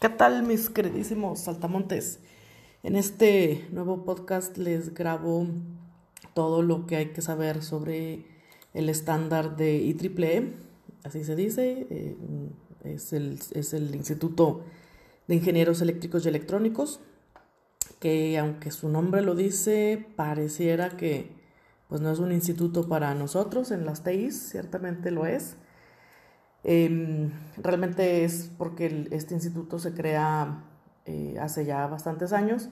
¿Qué tal, mis queridísimos saltamontes? En este nuevo podcast les grabo todo lo que hay que saber sobre el estándar de IEEE, así se dice, es el Instituto de Ingenieros Eléctricos y Electrónicos, que aunque su nombre lo dice, pareciera que pues no es un instituto para nosotros en las TIs, ciertamente lo es. Realmente es porque este instituto se crea hace ya bastantes años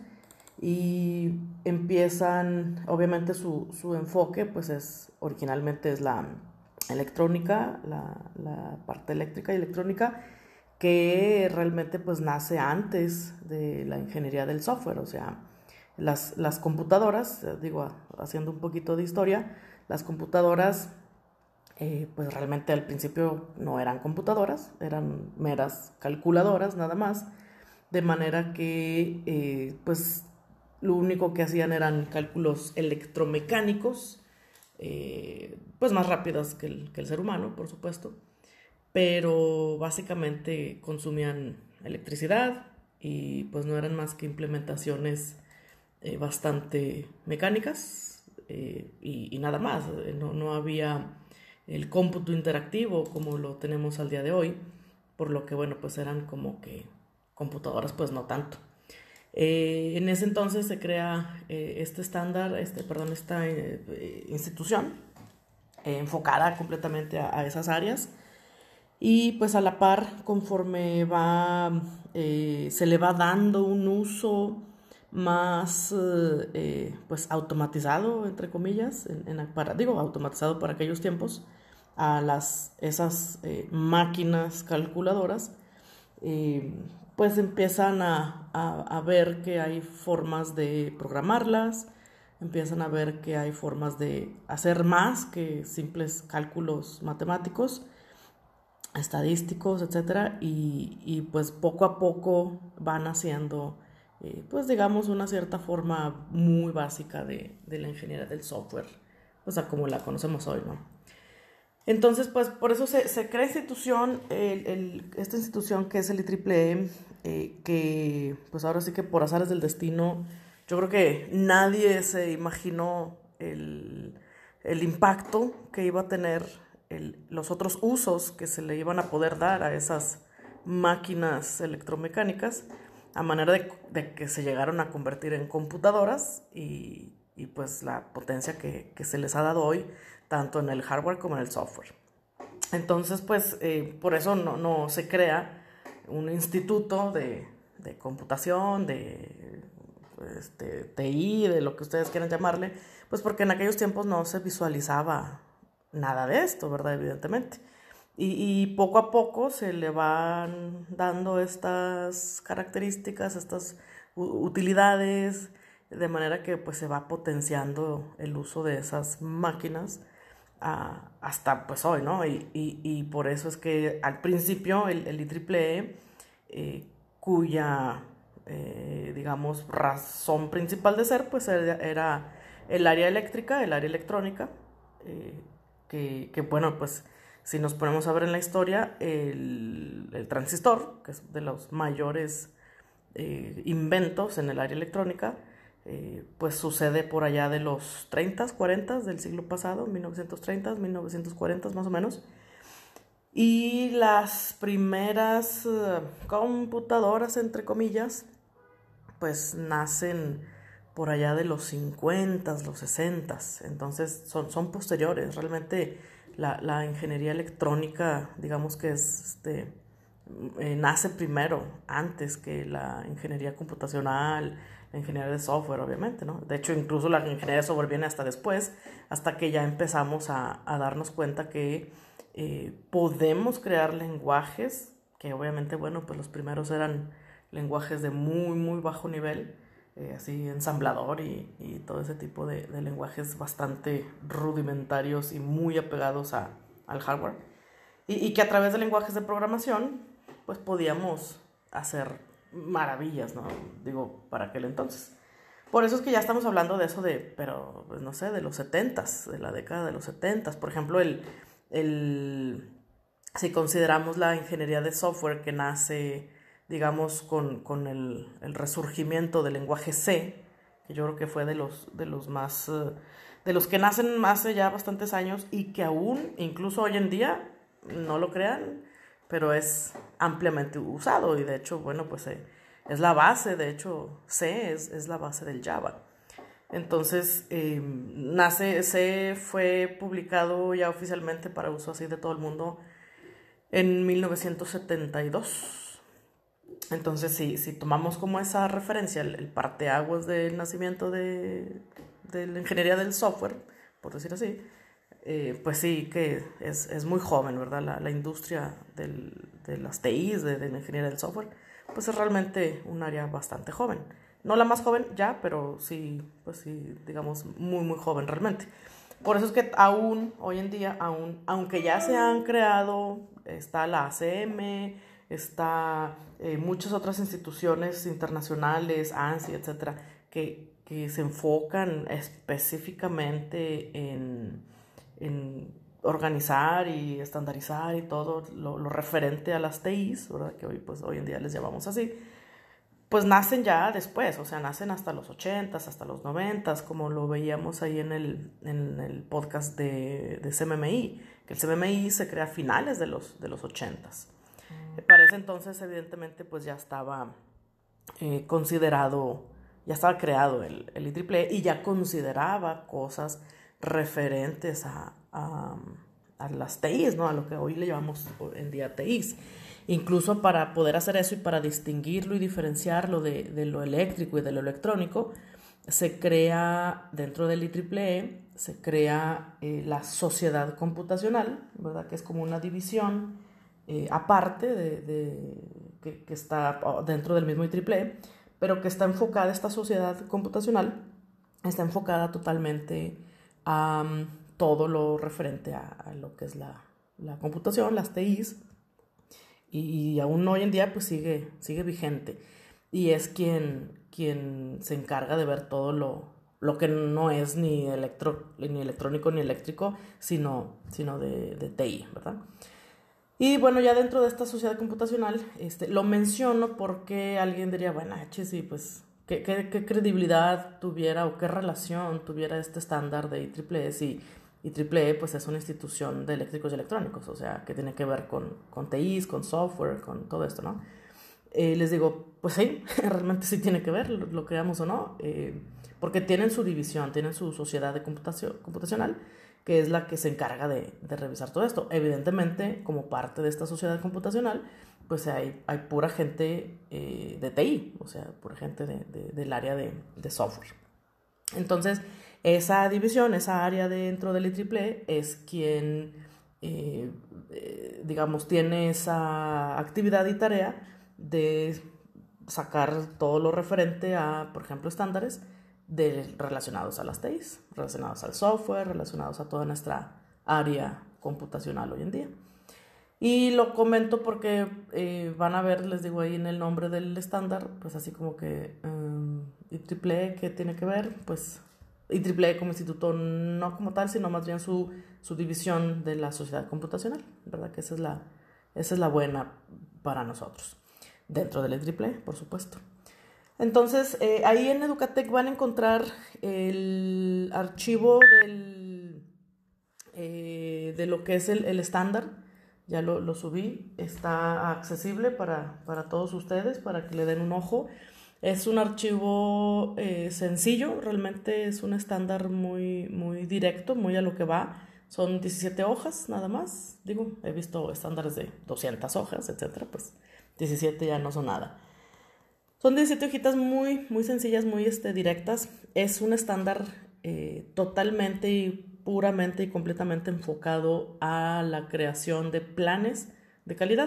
y empiezan, obviamente su enfoque pues originalmente es la electrónica, la parte eléctrica y electrónica, que realmente pues nace antes de la ingeniería del software. O sea, las computadoras, digo, haciendo un poquito de historia, las computadoras pues realmente al principio no eran computadoras, eran meras calculadoras nada más, de manera que pues lo único que hacían eran cálculos electromecánicos, pues más rápidos que el ser humano, por supuesto, pero básicamente consumían electricidad y pues no eran más que implementaciones bastante mecánicas, y nada más. No había el cómputo interactivo como lo tenemos al día de hoy, por lo que bueno, pues eran como que computadoras pues no tanto. En ese entonces se crea este estándar, esta institución enfocada completamente a esas áreas, y pues a la par, conforme se le va dando un uso más pues automatizado, entre comillas, automatizado para aquellos tiempos, a esas máquinas calculadoras, eh, pues empiezan a ver que hay formas de programarlas, empiezan a ver que hay formas de hacer más que simples cálculos matemáticos, estadísticos, etcétera, y pues poco a poco van haciendo, pues digamos, una cierta forma muy básica de la ingeniería del software, o sea, como la conocemos hoy, ¿no? Entonces, pues por eso se crea esta institución que es el IEEE, que pues ahora sí que por azares del destino, yo creo que nadie se imaginó el impacto que iba a tener los otros usos que se le iban a poder dar a esas máquinas electromecánicas, a manera de que se llegaron a convertir en computadoras, y pues la potencia que se les ha dado hoy, tanto en el hardware como en el software. Entonces, pues por eso no se crea un instituto de computación, de TI, de lo que ustedes quieran llamarle, pues porque en aquellos tiempos no se visualizaba nada de esto, ¿verdad? Evidentemente. Y poco a poco se le van dando estas características, estas utilidades, de manera que pues se va potenciando el uso de esas máquinas hasta pues hoy, ¿no? Y por eso es que al principio el IEEE, cuya digamos razón principal de ser pues era el área eléctrica, el área electrónica, que bueno, pues si nos ponemos a ver en la historia, el transistor, que es de los mayores inventos en el área electrónica, pues sucede por allá de los 30, 40 del siglo pasado, 1930, 1940 más o menos. Y las primeras computadoras, entre comillas, pues nacen por allá de los 50, los 60. Entonces son posteriores. Realmente la ingeniería electrónica, digamos que nace primero, antes que la ingeniería computacional, la ingeniería de software, obviamente, ¿no? De hecho, incluso la ingeniería de software viene hasta después, hasta que ya empezamos a darnos cuenta que podemos crear lenguajes, que obviamente, bueno, pues los primeros eran lenguajes de muy, muy bajo nivel, así ensamblador y todo ese tipo de lenguajes bastante rudimentarios y muy apegados al hardware. Y que a través de lenguajes de programación, pues podíamos hacer maravillas, ¿no? Digo, para aquel entonces. Por eso es que ya estamos hablando de eso pero pues no sé, de los 70s, de la década de los 70s. Por ejemplo, si consideramos la ingeniería de software que nace digamos, con el resurgimiento del lenguaje C, que yo creo que fue de los más, de los que nacen hace ya bastantes años y que aún, incluso hoy en día, no lo crean, pero es ampliamente usado y de hecho, bueno, pues es la base, de hecho, C es la base del Java. Entonces, C fue publicado ya oficialmente para uso así de todo el mundo en 1972. Entonces, si tomamos como esa referencia, el parteaguas del nacimiento de la ingeniería del software, por decir así, pues sí que es muy joven, ¿verdad? La industria de las TIs, de la ingeniería del software, pues es realmente un área bastante joven. No la más joven ya, pero sí, pues sí, digamos, muy, muy joven realmente. Por eso es que aún, hoy en día, aunque ya se han creado, está la ACM, está muchas otras instituciones internacionales, ANSI, etcétera, que se enfocan específicamente en organizar y estandarizar y todo lo referente a las TIs, ¿verdad? Que hoy en día les llamamos así, pues nacen ya después, o sea, nacen hasta los 80s, hasta los 90s, como lo veíamos ahí en el podcast de CMMI, que el CMMI se crea a finales de los 80s. Para ese entonces, evidentemente, pues ya estaba considerado, ya estaba creado el IEEE y ya consideraba cosas referentes a las TIs, ¿no? A lo que hoy le llamamos en día TIs. Incluso para poder hacer eso y para distinguirlo y diferenciarlo de lo eléctrico y de lo electrónico, se crea dentro del IEEE, se crea la sociedad computacional, ¿verdad? Que es como una división aparte que está dentro del mismo IEEE, pero que está enfocada, esta sociedad computacional, está enfocada totalmente a todo lo referente a lo que es la computación, las TIs, y aún hoy en día pues sigue vigente. Y es quien se encarga de ver todo lo que no es ni electrónico ni eléctrico, sino de TI, ¿verdad? Y bueno, ya dentro de esta sociedad computacional, lo menciono porque alguien diría, bueno, sí, pues, ¿qué credibilidad tuviera o qué relación tuviera este estándar de IEEE si IEEE pues es una institución de eléctricos y electrónicos, o sea, que tiene que ver con TIs, con software, con todo esto, ¿no? Les digo, pues sí, realmente sí tiene que ver, lo creamos o no, porque tienen su división, tienen su sociedad de computacional, que es la que se encarga de revisar todo esto. Evidentemente, como parte de esta sociedad computacional, pues hay pura gente de TI, o sea, pura gente del área de software. Entonces, esa división, esa área dentro del IEEE es quien, digamos, tiene esa actividad y tarea de sacar todo lo referente a, por ejemplo, estándares relacionados a las TIs, relacionados al software, relacionados a toda nuestra área computacional hoy en día. Y lo comento porque van a ver, les digo ahí en el nombre del estándar, pues así como que IEEE, ¿qué tiene que ver? Pues IEEE como instituto no como tal, sino más bien su división de la sociedad computacional, ¿verdad? Que esa es la buena para nosotros, dentro del IEEE, por supuesto. Entonces, ahí en Educatec van a encontrar el archivo de lo que es el estándar. Ya lo subí, está accesible para todos ustedes, para que le den un ojo. Es un archivo sencillo, realmente es un estándar muy, muy directo, muy a lo que va. Son 17 hojas nada más. Digo, he visto estándares de 200 hojas, etcétera, pues 17 ya no son nada. Son 17 hojitas muy, muy sencillas, muy directas. Es un estándar totalmente y puramente y completamente enfocado a la creación de planes de calidad.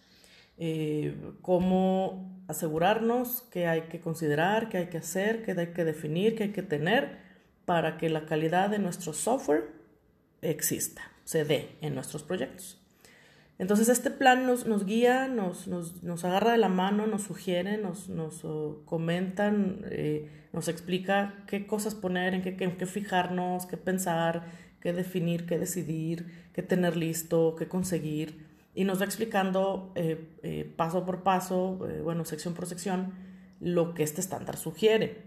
Cómo asegurarnos qué hay que considerar, qué hay que hacer, qué hay que definir, qué hay que tener para que la calidad de nuestro software exista, se dé en nuestros proyectos. Entonces este plan nos guía, nos agarra de la mano, nos sugiere, nos comentan, nos explica qué cosas poner, en qué fijarnos, qué pensar, qué definir, qué decidir, qué tener listo, qué conseguir y nos va explicando paso por paso, sección por sección, lo que este estándar sugiere.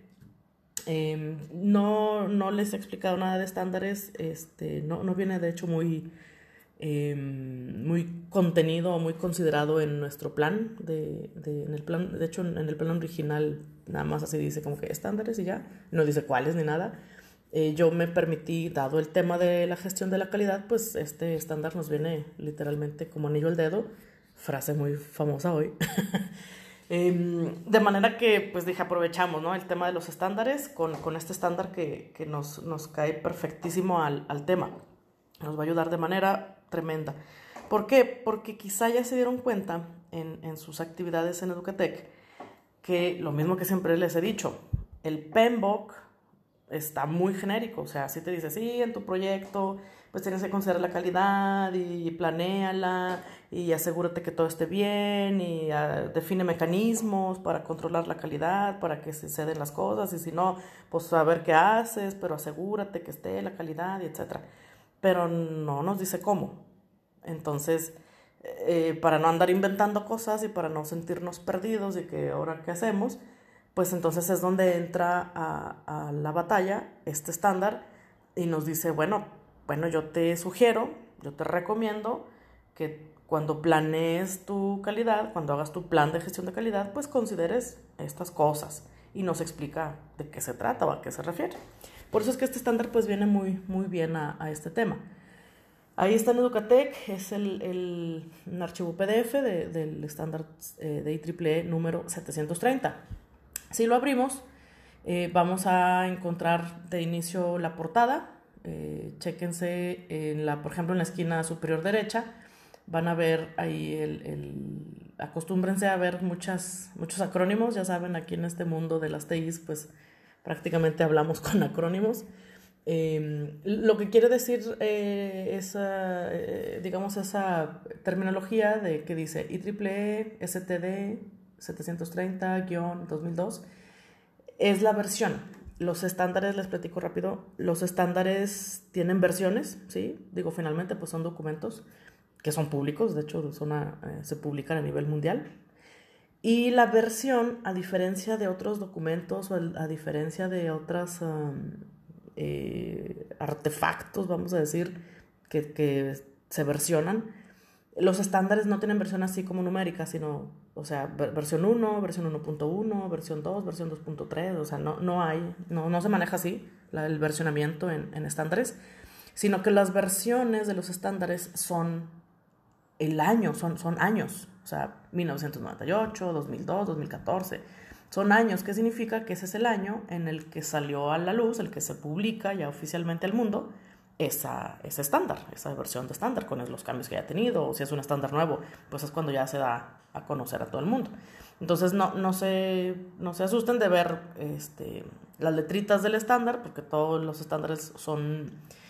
No les he explicado nada de estándares, no viene de hecho muy contenido o muy considerado en nuestro plan, en el plan, de hecho en el plan original nada más así dice como que estándares y ya, no dice cuáles ni nada. Yo me permití, dado el tema de la gestión de la calidad, pues este estándar nos viene literalmente como anillo al dedo, frase muy famosa hoy. De manera que, pues dije, aprovechamos, ¿no?, el tema de los estándares con este estándar que nos cae perfectísimo al tema. Nos va a ayudar de manera tremenda. ¿Por qué? Porque quizá ya se dieron cuenta en sus actividades en Educatec que lo mismo que siempre les he dicho, el PMBOK está muy genérico. O sea, si te dice, sí, en tu proyecto pues tienes que considerar la calidad y planéala y asegúrate que todo esté bien y define mecanismos para controlar la calidad, para que se ceden las cosas, y si no, pues saber qué haces, pero asegúrate que esté la calidad y etcétera. Pero no nos dice cómo. Entonces, para no andar inventando cosas y para no sentirnos perdidos y que ahora qué hacemos, pues entonces es donde entra a la batalla este estándar y nos dice, bueno, yo te sugiero, yo te recomiendo que cuando planees tu calidad, cuando hagas tu plan de gestión de calidad, pues consideres estas cosas, y nos explica de qué se trata o a qué se refiere. Por eso es que este estándar pues viene muy, muy bien a este tema. Ahí está en Educatec, es un archivo PDF del estándar de IEEE número 730. Si lo abrimos, vamos a encontrar de inicio la portada. Chéquense, por ejemplo, en la esquina superior derecha, van a ver ahí acostúmbrense a ver muchos acrónimos. Ya saben, aquí en este mundo de las TIs, pues prácticamente hablamos con acrónimos. Lo que quiere decir esa terminología de que dice IEEE STD 730-2002 es la versión. Los estándares, les platico rápido, los estándares tienen versiones, ¿sí? Digo, finalmente pues son documentos que son públicos, de hecho se publican a nivel mundial. Y la versión, a diferencia de otros documentos o a diferencia de otros artefactos, vamos a decir, que se versionan, los estándares no tienen versión así como numérica, sino, o sea, versión 1, versión 1.1, versión 2, versión 2.3, o sea, no se maneja así el versionamiento en estándares, sino que las versiones de los estándares son el año, son años, o sea, 1998, 2002, 2014, son años. ¿Qué significa? Que ese es el año en el que salió a la luz, el que se publica ya oficialmente al mundo, ese estándar, esa versión de estándar con los cambios que haya tenido, o si es un estándar nuevo, pues es cuando ya se da a conocer a todo el mundo. Entonces no se asusten de ver las letritas del estándar, porque todos los estándares son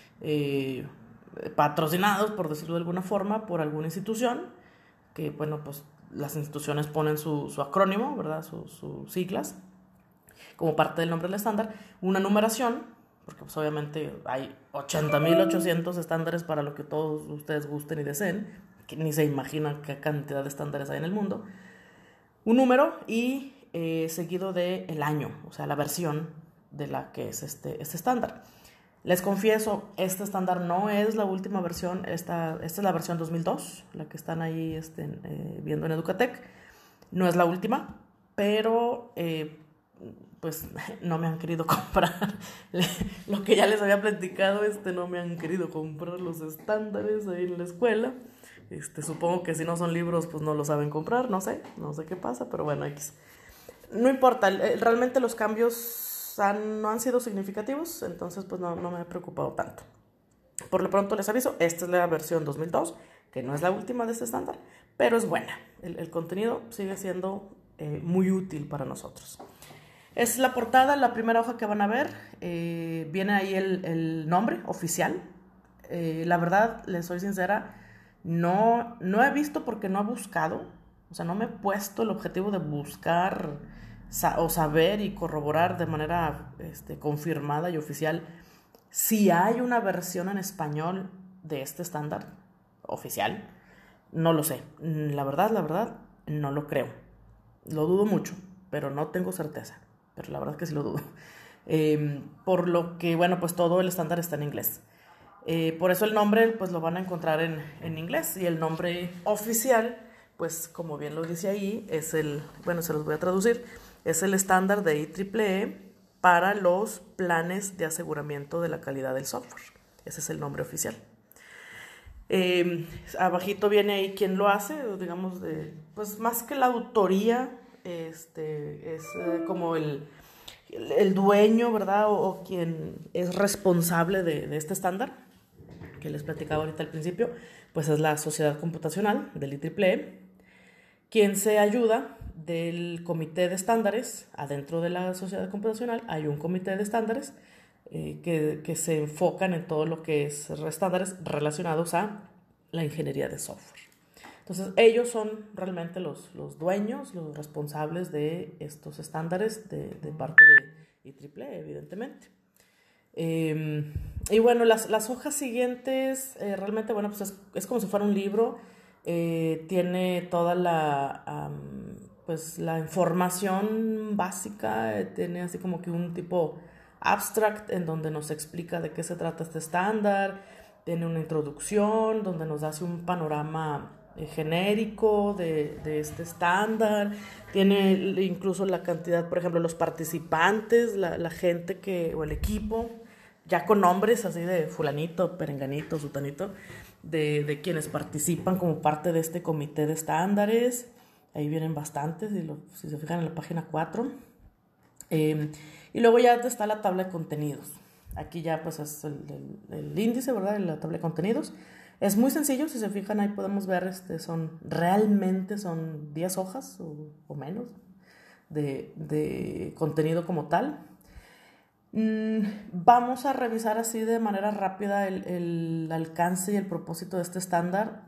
patrocinados, por decirlo de alguna forma, por alguna institución, que bueno, pues las instituciones ponen su acrónimo, ¿verdad? Sus siglas, como parte del nombre del estándar, una numeración, porque pues obviamente hay 80.800 estándares para lo que todos ustedes gusten y deseen, que ni se imaginan qué cantidad de estándares hay en el mundo, un número y seguido del año, o sea, la versión de la que es este estándar. Les confieso, este estándar no es la última versión, esta es la versión 2002, la que están ahí viendo en Educatec. No es la última, pero pues no me han querido comprar lo que ya les había platicado, no me han querido comprar los estándares ahí en la escuela. Supongo que si no son libros, pues no lo saben comprar, no sé qué pasa, pero bueno, no importa, realmente los cambios no han sido significativos, entonces pues no me he preocupado tanto. Por lo pronto les aviso, esta es la versión 2002, que no es la última de este estándar, pero es buena. El contenido sigue siendo muy útil para nosotros. Es la portada, la primera hoja que van a ver, viene ahí el nombre oficial. La verdad, les soy sincera, no he visto porque no he buscado, o sea, no me he puesto el objetivo de buscar o saber y corroborar de manera confirmada y oficial si hay una versión en español de este estándar oficial. No lo sé. La verdad, no lo creo. Lo dudo mucho, pero no tengo certeza. Pero la verdad es que sí lo dudo. Por lo que, bueno, pues todo el estándar está en inglés. Por eso el nombre, pues lo van a encontrar en inglés. Y el nombre oficial, pues como bien lo dice ahí, es bueno, se los voy a traducir, es el estándar de IEEE para los planes de aseguramiento de la calidad del software. Ese es el nombre oficial. Abajito viene ahí quién lo hace, digamos, pues más que la autoría, es como el dueño, ¿verdad? O quien es responsable de este estándar, que les platicaba ahorita al principio, pues es la Sociedad Computacional del IEEE, quien se ayuda del comité de estándares. Adentro de la Sociedad Computacional hay un comité de estándares que se enfocan en todo lo que es estándares relacionados a la ingeniería de software. Entonces, ellos son realmente los dueños, los responsables de estos estándares de parte de IEEE, evidentemente. Y bueno, las hojas siguientes, realmente, bueno, pues es como si fuera un libro. Tiene toda pues la información básica, tiene así como que un tipo abstract en donde nos explica de qué se trata este estándar, tiene una introducción donde nos hace un panorama genérico de este estándar, tiene incluso la cantidad, por ejemplo, los participantes, la gente o el equipo, ya con nombres así de fulanito, perenganito, sutanito, de quienes participan como parte de este comité de estándares. Ahí vienen bastantes, si se fijan en la página 4. Y luego ya está la tabla de contenidos. Aquí ya pues es el índice, ¿verdad? La tabla de contenidos. Es muy sencillo, si se fijan ahí podemos ver, realmente son 10 hojas o menos de contenido como tal. Vamos a revisar así de manera rápida el alcance y el propósito de este estándar,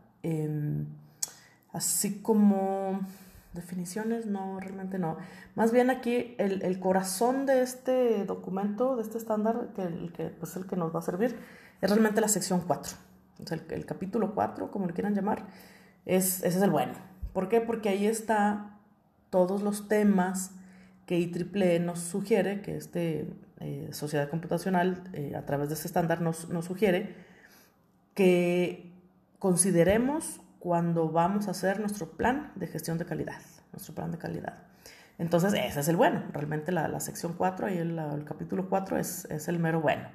así como definiciones, no, realmente no. Más bien aquí el corazón de este documento, de este estándar, pues el que nos va a servir, es realmente la sección 4. O sea, el capítulo 4, como le quieran llamar, ese es el bueno. ¿Por qué? Porque ahí está todos los temas que IEEE nos sugiere, que Sociedad Computacional a través de este estándar nos sugiere que consideremos cuando vamos a hacer nuestro plan de gestión de calidad, nuestro plan de calidad. Entonces ese es el bueno, realmente la sección 4 y el capítulo 4 es el mero bueno.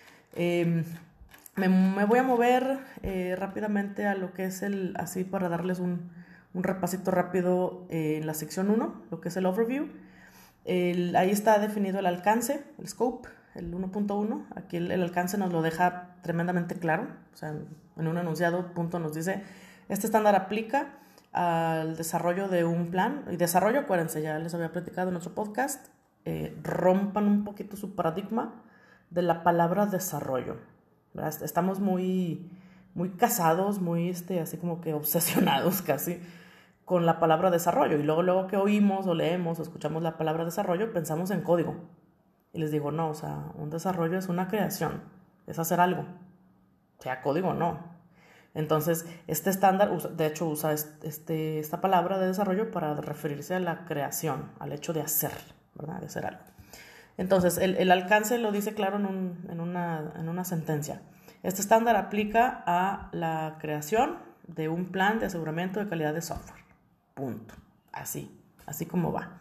Me voy a mover rápidamente a lo que es así para darles un repasito rápido en la sección 1, lo que es el overview. Ahí está definido el alcance, el scope, el 1.1. Aquí el alcance nos lo deja tremendamente claro. O sea, en un enunciado punto nos dice, este estándar aplica al desarrollo de un plan. Y desarrollo, acuérdense, ya les había platicado en otro podcast, rompan un poquito su paradigma de la palabra desarrollo, ¿verdad? Estamos muy casados, muy así como que obsesionados casi con la palabra desarrollo, y luego que oímos o leemos o escuchamos la palabra desarrollo pensamos en código, y les digo no, o sea, un desarrollo es una creación, es hacer algo, sea código o no. Entonces este estándar de hecho usa esta palabra de desarrollo para referirse a la creación, al hecho de hacer, ¿verdad? De hacer algo. Entonces el alcance lo dice claro en una sentencia. Este estándar aplica a la creación de un plan de aseguramiento de calidad de software. Punto. Así como va.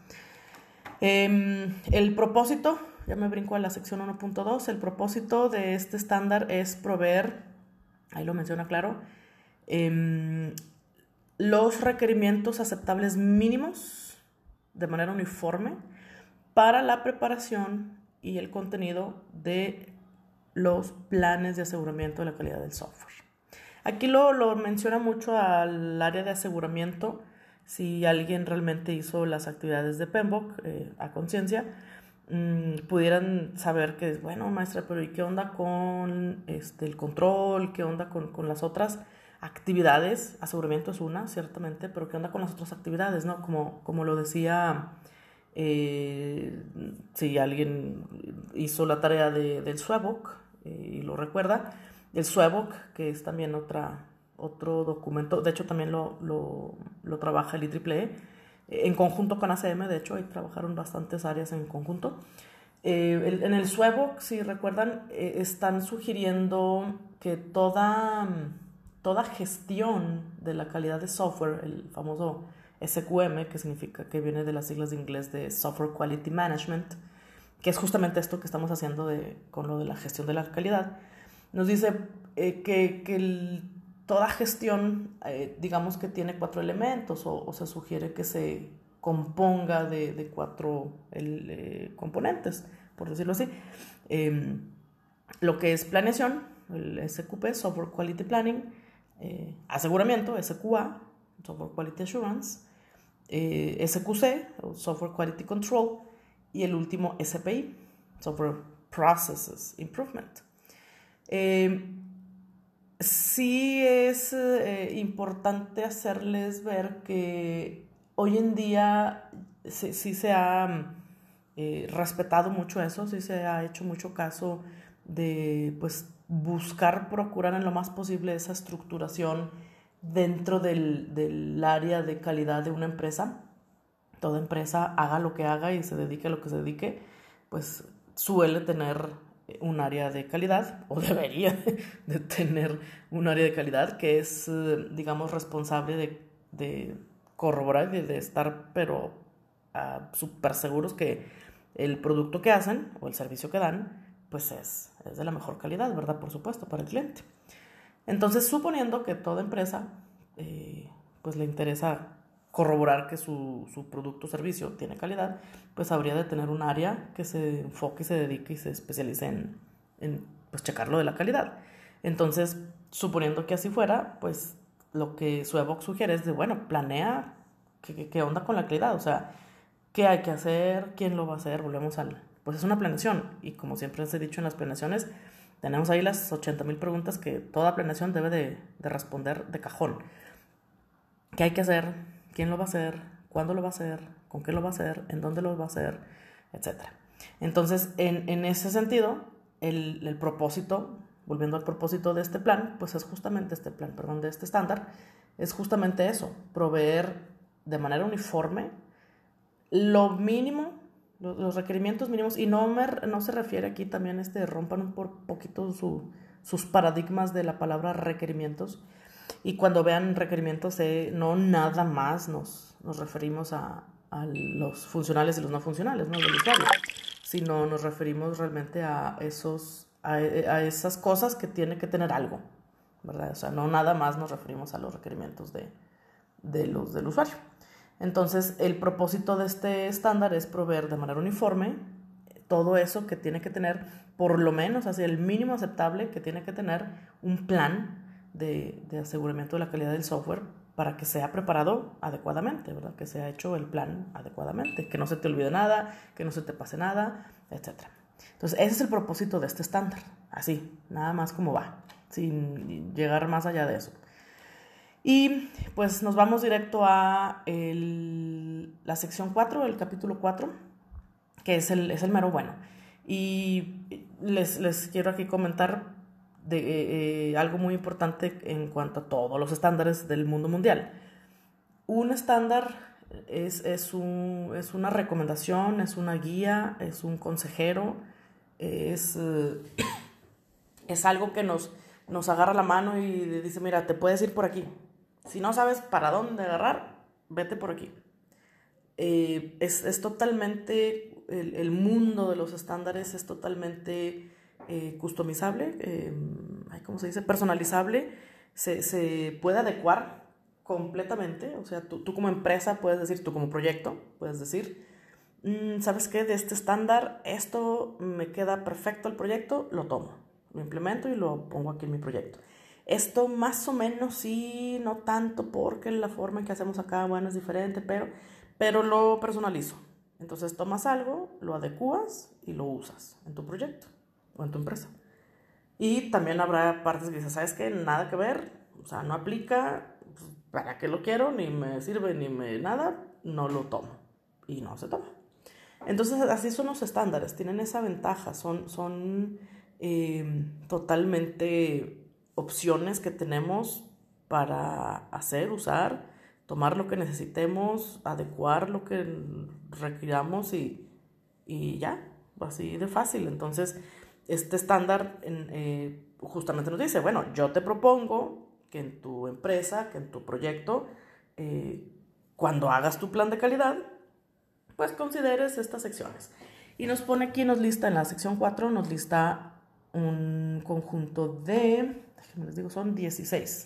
El propósito, ya me brinco a la sección 1.2, el propósito de este estándar es proveer, ahí lo menciona claro, los requerimientos aceptables mínimos de manera uniforme para la preparación y el contenido de los planes de aseguramiento de la calidad del software. Aquí lo menciona mucho al área de aseguramiento. Si alguien realmente hizo las actividades de PMBOK a conciencia, pudieran saber que, bueno, maestra, pero ¿y qué onda con el control? ¿Qué onda con las otras actividades? Aseguramiento es una, ciertamente, pero ¿qué onda con las otras actividades, no? Como lo decía, si alguien hizo la tarea del SWABOK y lo recuerda, el SWABOK, que es también otra otro documento, de hecho también lo trabaja el IEEE, en conjunto con ACM, de hecho ahí trabajaron bastantes áreas en conjunto. En el SUEVOC, si recuerdan, están sugiriendo que toda gestión de la calidad de software, el famoso SQM, que significa, que viene de las siglas de inglés de Software Quality Management, que es justamente esto que estamos haciendo con lo de la gestión de la calidad, nos dice que toda gestión, digamos que tiene 4 elementos, o se sugiere que se componga de 4 componentes, por decirlo así. Lo que es planeación, el SQP, Software Quality Planning, aseguramiento, SQA, Software Quality Assurance, SQC, Software Quality Control, y el último SPI, Software Processes Improvement. Sí es importante hacerles ver que hoy en día sí se ha respetado mucho eso, sí se ha hecho mucho caso de pues procurar en lo más posible esa estructuración dentro del área de calidad de una empresa. Toda empresa, haga lo que haga y se dedique a lo que se dedique, pues suele tener un área de calidad, o debería de tener un área de calidad que es, digamos, responsable de corroborar y de estar, pero súper seguros que el producto que hacen o el servicio que dan, pues es de la mejor calidad, ¿verdad? Por supuesto, para el cliente. Entonces, suponiendo que toda empresa, pues le interesa corroborar que su producto o servicio tiene calidad, pues habría de tener un área que se enfoque y se dedique y se especialice en pues checarlo de la calidad. Entonces, suponiendo que así fuera, pues lo que SUEVOC sugiere es de, bueno, planea qué onda con la calidad, o sea, qué hay que hacer, quién lo va a hacer, pues es una planeación, y como siempre les he dicho en las planeaciones, tenemos ahí las 80,000 preguntas que toda planeación debe de responder de cajón. ¿Qué hay que hacer? ¿Quién lo va a hacer? ¿Cuándo lo va a hacer? ¿Con qué lo va a hacer? ¿En dónde lo va a hacer? Etcétera. Entonces, en ese sentido, el propósito, volviendo al propósito de este plan, pues es justamente de este estándar, es justamente eso, proveer de manera uniforme lo mínimo, los requerimientos mínimos, y no se refiere aquí también, rompan un poquito sus paradigmas de la palabra requerimientos, y cuando vean requerimientos, no nada más nos referimos a los funcionales y los no funcionales, ¿no? Del usuario, sino nos referimos realmente a esas cosas que tiene que tener algo, ¿verdad? O sea, no nada más nos referimos a los requerimientos del usuario. Entonces, el propósito de este estándar es proveer de manera uniforme todo eso que tiene que tener, por lo menos, así el mínimo aceptable que tiene que tener un plan de aseguramiento de la calidad del software para que sea preparado adecuadamente, ¿verdad? Que sea hecho el plan adecuadamente, que no se te olvide nada, que no se te pase nada, etc. Entonces, ese es el propósito de este estándar, así, nada más como va, sin llegar más allá de eso. Y pues nos vamos directo a la sección 4, el capítulo 4, que es el mero bueno. Y les quiero aquí comentar de algo muy importante en cuanto a todos los estándares del mundo mundial. Un estándar es una recomendación, es una guía, es un consejero, es algo que nos agarra la mano y dice, mira, te puedes ir por aquí. Si no sabes para dónde agarrar, vete por aquí. Es totalmente, el mundo de los estándares es totalmente customizable, ¿cómo se dice? Personalizable, se puede adecuar completamente, o sea, tú como empresa puedes decir, tú como proyecto puedes decir, ¿sabes qué? De este estándar, esto me queda perfecto al proyecto, lo tomo, lo implemento y lo pongo aquí en mi proyecto. Esto más o menos sí, no tanto, porque la forma en que hacemos acá, bueno, es diferente, pero lo personalizo. Entonces tomas algo, lo adecuas y lo usas en tu proyecto o en tu empresa. Y también habrá partes que dices, ¿sabes qué? Nada que ver, o sea, no aplica, pues, ¿para qué lo quiero? Ni me sirve, nada, no lo tomo. Y no se toma. Entonces, así son los estándares, tienen esa ventaja, son totalmente opciones que tenemos para hacer, usar, tomar lo que necesitemos, adecuar lo que requiramos y ya, así de fácil. Entonces, este estándar justamente nos dice, bueno, yo te propongo que en tu empresa, que en tu proyecto, cuando hagas tu plan de calidad, pues consideres estas secciones. Y nos pone aquí, nos lista en la sección 4, nos lista un conjunto de, déjenme les digo, son 16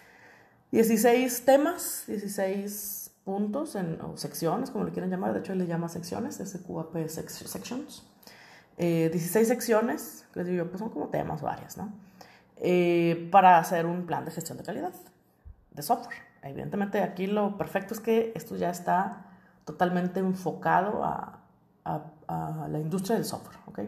temas, 16 puntos o secciones, como le quieran llamar. De hecho, él le llama secciones, SQAP sections. 16 secciones, les digo yo, pues son como temas varias, ¿no? Para hacer un plan de gestión de calidad de software. Evidentemente, aquí lo perfecto es que esto ya está totalmente enfocado a la industria del software, ¿ok?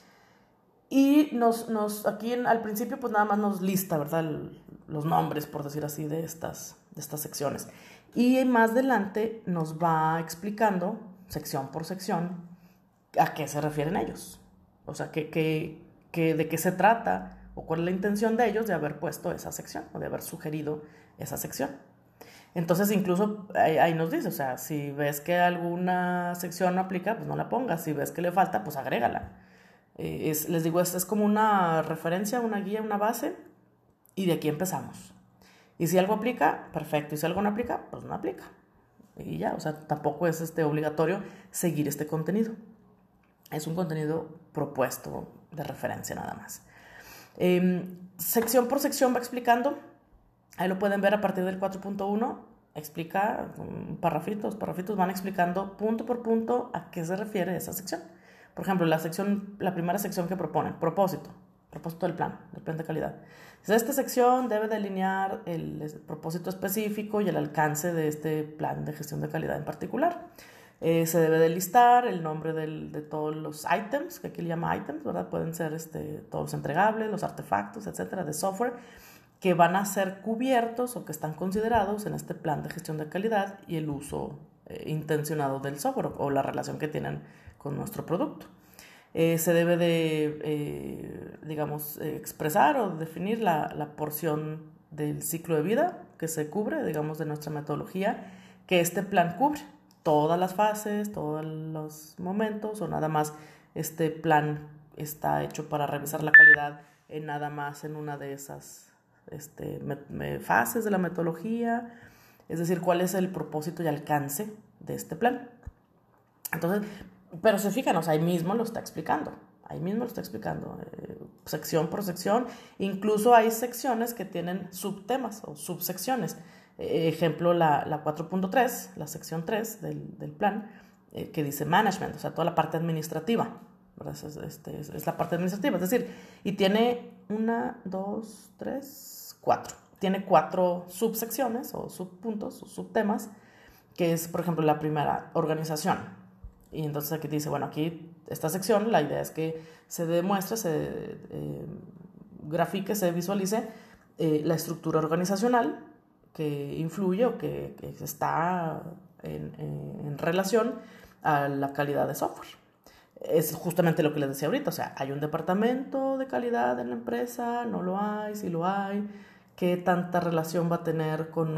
Y aquí al principio pues nada más nos lista, ¿verdad? Los nombres, por decir así, de estas secciones. Y más adelante nos va explicando, sección por sección, a qué se refieren ellos. O sea, de qué se trata o cuál es la intención de ellos de haber puesto esa sección o de haber sugerido esa sección. Entonces incluso ahí nos dice, o sea, si ves que alguna sección no aplica, pues no la pongas. Si ves que le falta, pues agrégala. Les digo, es como una referencia, una guía, una base, y de aquí empezamos. Y si algo aplica, perfecto. Y si algo no aplica, pues no aplica. Y ya, o sea, tampoco es obligatorio seguir este contenido. Es un contenido propuesto de referencia nada más. Sección por sección va explicando. Ahí lo pueden ver a partir del 4.1. Explica parrafitos van explicando punto por punto a qué se refiere esa sección. Por ejemplo, la primera sección que proponen, propósito del plan de calidad. Esta sección debe delinear el propósito específico y el alcance de este plan de gestión de calidad en particular. Se debe de listar el nombre de todos los items, que aquí le llama items, ¿verdad? Pueden ser todos los entregables, los artefactos, etcétera, de software, que van a ser cubiertos o que están considerados en este plan de gestión de calidad y el uso intencionado del software o la relación que tienen con nuestro producto. Se debe de, expresar o definir la porción del ciclo de vida que se cubre, digamos, de nuestra metodología, que este plan cubre todas las fases, todos los momentos, o nada más este plan está hecho para revisar la calidad nada más en una de esas fases de la metodología, es decir, cuál es el propósito y alcance de este plan. Entonces, pero se fijan, o sea, ahí mismo lo está explicando, sección por sección. Incluso hay secciones que tienen subtemas o subsecciones. Ejemplo, la 4.3, la sección 3 del plan, que dice management, o sea, toda la parte administrativa, ¿verdad? Es la parte administrativa, es decir, y tiene 4. Tiene 4 subsecciones o subpuntos o subtemas, que es, por ejemplo, la primera, organización. Y entonces aquí dice, bueno, aquí esta sección, la idea es que se demuestre, se grafique, se visualice la estructura organizacional que influye o que está en relación a la calidad de software. Es justamente lo que les decía ahorita, o sea, ¿hay un departamento de calidad en la empresa? ¿No lo hay? ¿Sí lo hay? ¿Qué tanta relación va a tener con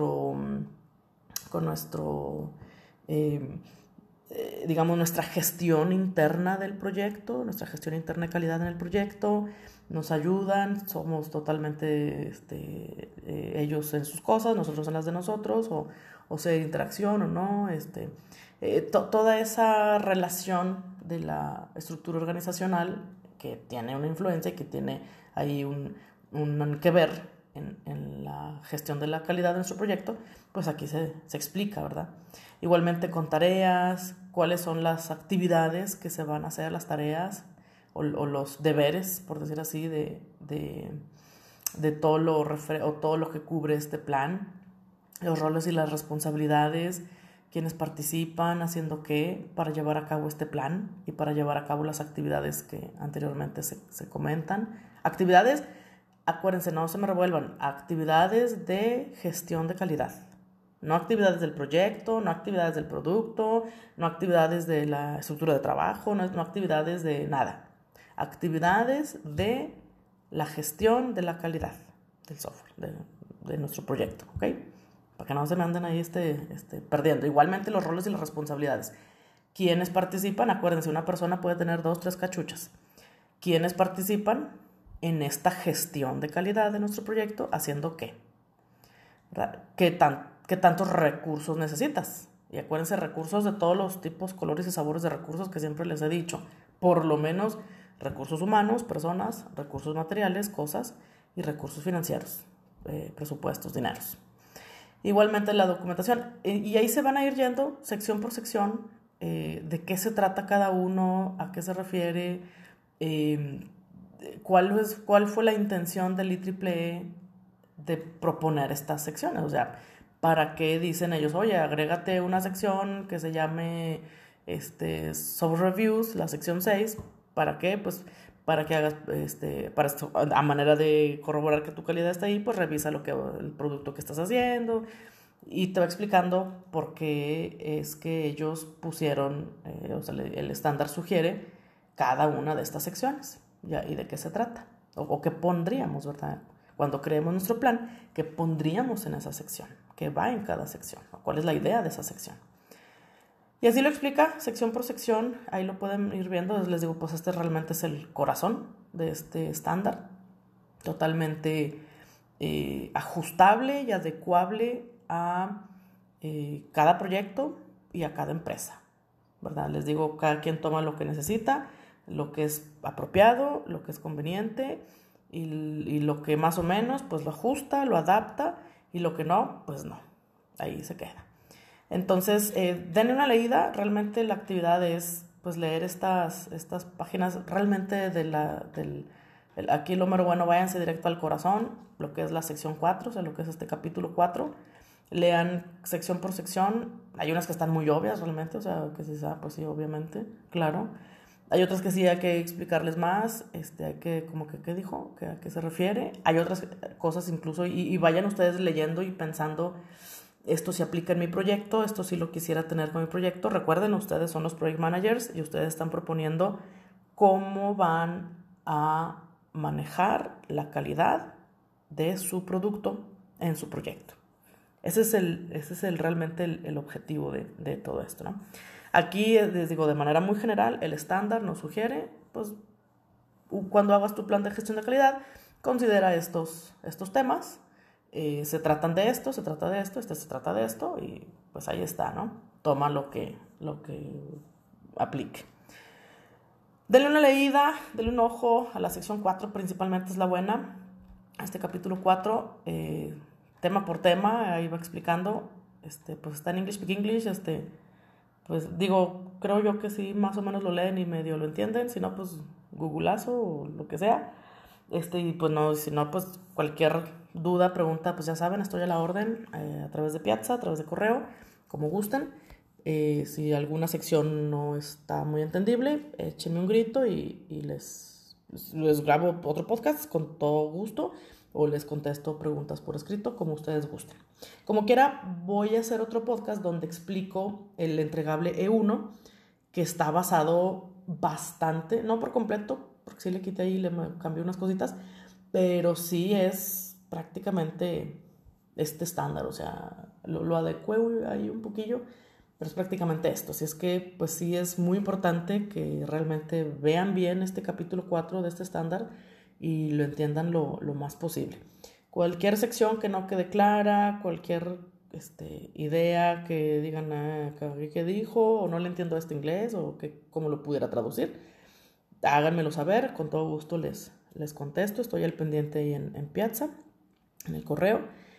nuestra gestión interna del proyecto, nuestra gestión interna de calidad en el proyecto? Nos ayudan, somos totalmente ellos en sus cosas, nosotros en las de nosotros, o sea, interacción o no, toda esa relación de la estructura organizacional que tiene una influencia y que tiene ahí un que ver en la gestión de la calidad de nuestro proyecto, pues aquí se explica, ¿verdad? Igualmente con tareas, cuáles son las actividades que se van a hacer, las tareas o los deberes, por decir así, de todo lo que cubre este plan, los roles y las responsabilidades, quienes participan, haciendo qué para llevar a cabo este plan y para llevar a cabo las actividades que anteriormente se comentan. Actividades, acuérdense, no se me revuelvan, actividades de gestión de calidad. No actividades del proyecto, no actividades del producto, no actividades de la estructura de trabajo, no actividades de nada. Actividades de la gestión de la calidad del software, de nuestro proyecto, ¿ok? Para que no se me anden ahí perdiendo. Igualmente los roles y las responsabilidades. ¿Quiénes participan? Acuérdense, una persona puede tener 2, 3 cachuchas. ¿Quiénes participan en esta gestión de calidad de nuestro proyecto? ¿Haciendo qué? ¿Verdad? ¿Qué tantos recursos necesitas? Y acuérdense, recursos de todos los tipos, colores y sabores de recursos que siempre les he dicho. Por lo menos recursos humanos, personas, recursos materiales, cosas, y recursos financieros, presupuestos, dineros. Igualmente la documentación. Y ahí se van a ir yendo sección por sección, de qué se trata cada uno, a qué se refiere, cuál fue la intención del IEEE de proponer estas secciones. O sea, ¿para qué dicen ellos? Oye, agrégate una sección que se llame Soft Reviews, la sección 6. ¿Para qué? Pues para que hagas, a manera de corroborar que tu calidad está ahí, pues revisa el producto que estás haciendo, y te va explicando por qué es que ellos pusieron, el estándar sugiere cada una de estas secciones, ¿ya? Y de qué se trata, o qué pondríamos, ¿verdad? Cuando creemos nuestro plan, ¿qué pondríamos en esa sección? ¿Qué va en cada sección? ¿Cuál es la idea de esa sección? Y así lo explica, sección por sección, ahí lo pueden ir viendo. Les digo, pues este realmente es el corazón de este estándar, totalmente ajustable y adecuable a cada proyecto y a cada empresa, ¿verdad? Les digo, cada quien toma lo que necesita, lo que es apropiado, lo que es conveniente, y lo que más o menos, pues lo ajusta, lo adapta, y lo que no, pues no, ahí se queda. Entonces, denle una leída. Realmente la actividad es pues leer estas páginas realmente aquí lo mero bueno, váyanse directo al corazón, lo que es la sección 4, o sea, lo que es este capítulo 4. Lean sección por sección. Hay unas que están muy obvias realmente, o sea, que sí, pues sí, obviamente, claro. Hay otras que sí hay que explicarles más, hay que, como que, ¿qué dijo? ¿A qué se refiere? Hay otras cosas incluso, y vayan ustedes leyendo y pensando, esto se aplica en mi proyecto, esto sí lo quisiera tener con mi proyecto. Recuerden, ustedes son los project managers y ustedes están proponiendo cómo van a manejar la calidad de su producto en su proyecto. Ese es realmente el objetivo de todo esto, ¿no? Aquí les digo, de manera muy general, el estándar nos sugiere, pues, cuando hagas tu plan de gestión de calidad, considera estos temas. Se tratan de esto, se trata de esto, se trata de esto, y pues ahí está, ¿no? Toma lo que aplique. Denle una leída, denle un ojo a la sección 4, principalmente es la buena. Este capítulo 4, tema por tema, ahí va explicando, pues está en English Speak English, pues digo, creo yo que sí, más o menos lo leen y medio lo entienden, si no, pues googleazo o lo que sea. Y pues no, si no, pues cualquier duda, pregunta, pues ya saben, estoy a la orden, a través de Piazza, a través de correo, como gusten. Si alguna sección no está muy entendible, échenme un grito y les grabo otro podcast con todo gusto, o les contesto preguntas por escrito, como ustedes gusten. Como quiera, voy a hacer otro podcast donde explico el entregable E1, que está basado bastante, no por completo, porque sí le quité y le cambié unas cositas, pero sí es prácticamente este estándar, o sea, lo adecué ahí un poquillo, pero es prácticamente esto. Así es que, pues sí es muy importante que realmente vean bien este capítulo 4 de este estándar y lo entiendan lo más posible. Cualquier sección que no quede clara, cualquier idea que digan, ¿qué dijo? O no le entiendo este inglés, o cómo lo pudiera traducir, háganmelo saber, con todo gusto les contesto. Estoy al pendiente ahí en Piazza, en el correo.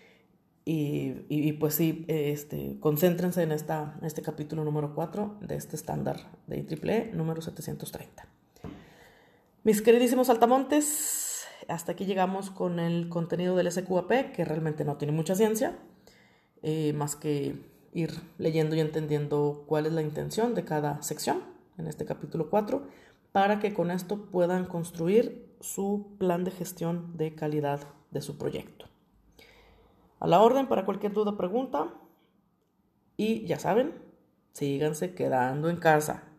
Y pues sí, concéntrense en este capítulo número 4 de este estándar de IEEE número 730. Mis queridísimos saltamontes, hasta aquí llegamos con el contenido del SQAP, que realmente no tiene mucha ciencia, más que ir leyendo y entendiendo cuál es la intención de cada sección en este capítulo 4, para que con esto puedan construir su plan de gestión de calidad de su proyecto. A la orden para cualquier duda o pregunta, y ya saben, síganse quedando en casa.